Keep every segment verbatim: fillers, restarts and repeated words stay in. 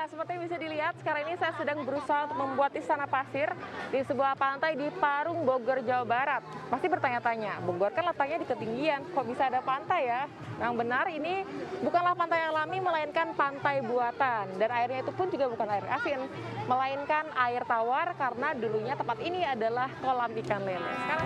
Nah, seperti yang bisa dilihat, sekarang ini saya sedang berusaha untuk membuat istana pasir di sebuah pantai di Parung, Bogor, Jawa Barat. Pasti bertanya-tanya, Bogor kan letaknya di ketinggian, kok bisa ada pantai ya? Yang benar, ini bukanlah pantai alami, melainkan pantai buatan. Dan airnya itu pun juga bukan air asin, melainkan air tawar karena dulunya tempat ini adalah kolam ikan lele. Sekarang...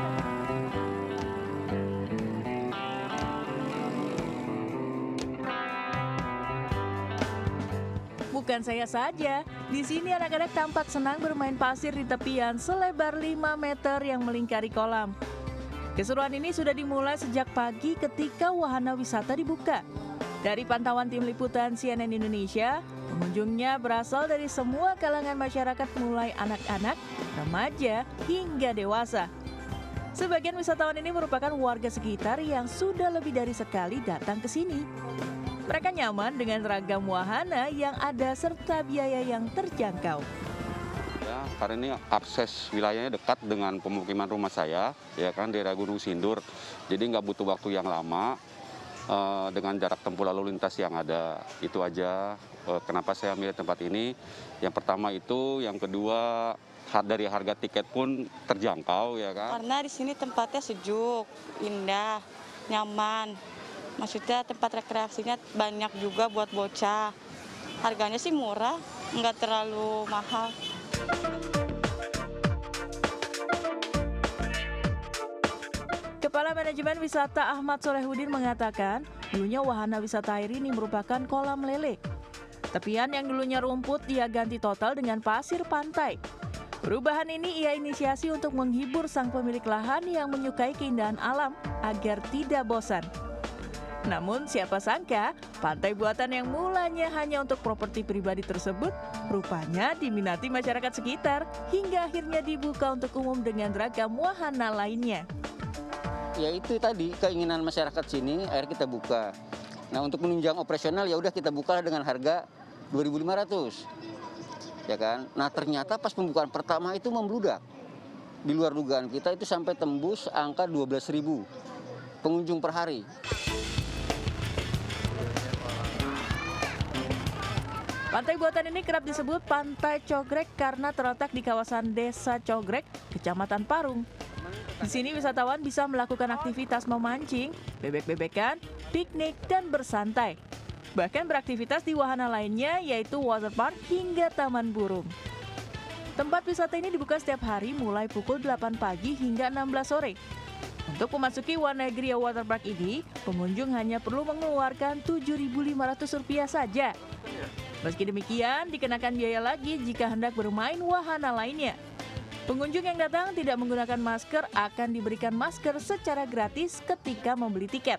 Bukan saya saja, di sini anak-anak tampak senang bermain pasir di tepian selebar lima meter yang melingkari kolam. Keseruan ini sudah dimulai sejak pagi ketika wahana wisata dibuka. Dari pantauan tim liputan C N N Indonesia, pengunjungnya berasal dari semua kalangan masyarakat mulai anak-anak, remaja, hingga dewasa. Sebagian wisatawan ini merupakan warga sekitar yang sudah lebih dari sekali datang ke sini. Mereka nyaman dengan ragam wahana yang ada serta biaya yang terjangkau. Ya, karena ini akses wilayahnya dekat dengan pemukiman rumah saya, ya kan, daerah Gunung Sindur. Jadi nggak butuh waktu yang lama uh, dengan jarak tempuh lalu lintas yang ada. Itu aja uh, kenapa saya milih tempat ini. Yang pertama itu, yang kedua dari harga tiket pun terjangkau, ya kan. Karena di sini tempatnya sejuk, indah, nyaman. Maksudnya tempat rekreasinya banyak juga buat bocah. Harganya sih murah, nggak terlalu mahal. Kepala Manajemen Wisata Ahmad Solehudin mengatakan, dulunya wahana wisata air ini merupakan kolam lele. Tepian yang dulunya rumput ia ganti total dengan pasir pantai. Perubahan ini ia inisiasi untuk menghibur sang pemilik lahan yang menyukai keindahan alam agar tidak bosan. Namun siapa sangka, pantai buatan yang mulanya hanya untuk properti pribadi tersebut rupanya diminati masyarakat sekitar hingga akhirnya dibuka untuk umum dengan ragam wahana lainnya. Ya itu tadi keinginan masyarakat sini, akhirnya kita buka. Nah untuk menunjang operasional ya udah kita buka dengan harga dua ribu lima ratus. Ya kan? Nah ternyata pas pembukaan pertama itu membludak. Di luar dugaan kita itu sampai tembus angka dua belas ribu pengunjung per hari. Pantai buatan ini kerap disebut Pantai Cogrek karena terletak di kawasan Desa Cogrek, Kecamatan Parung. Di sini wisatawan bisa melakukan aktivitas memancing, bebek-bebekan, piknik, dan bersantai. Bahkan beraktivitas di wahana lainnya yaitu waterpark hingga taman burung. Tempat wisata ini dibuka setiap hari mulai pukul delapan pagi hingga enam belas sore. Untuk memasuki Wanagria Waterpark ini, pengunjung hanya perlu mengeluarkan tujuh ribu lima ratus rupiah saja. Meski demikian, dikenakan biaya lagi jika hendak bermain wahana lainnya. Pengunjung yang datang tidak menggunakan masker akan diberikan masker secara gratis ketika membeli tiket.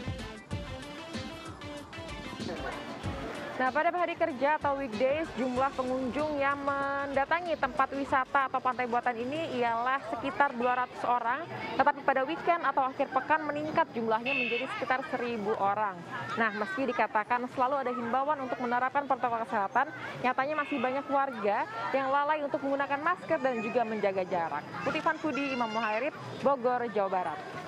Nah, pada hari kerja atau weekdays, jumlah pengunjung yang mendatangi tempat wisata atau pantai buatan ini ialah sekitar dua ratus orang. Tetapi pada weekend atau akhir pekan meningkat jumlahnya menjadi sekitar seribu orang. Nah, meski dikatakan selalu ada himbauan untuk menerapkan protokol kesehatan, nyatanya masih banyak warga yang lalai untuk menggunakan masker dan juga menjaga jarak. Puti Fanfudi, Imam Muhairib, Bogor, Jawa Barat.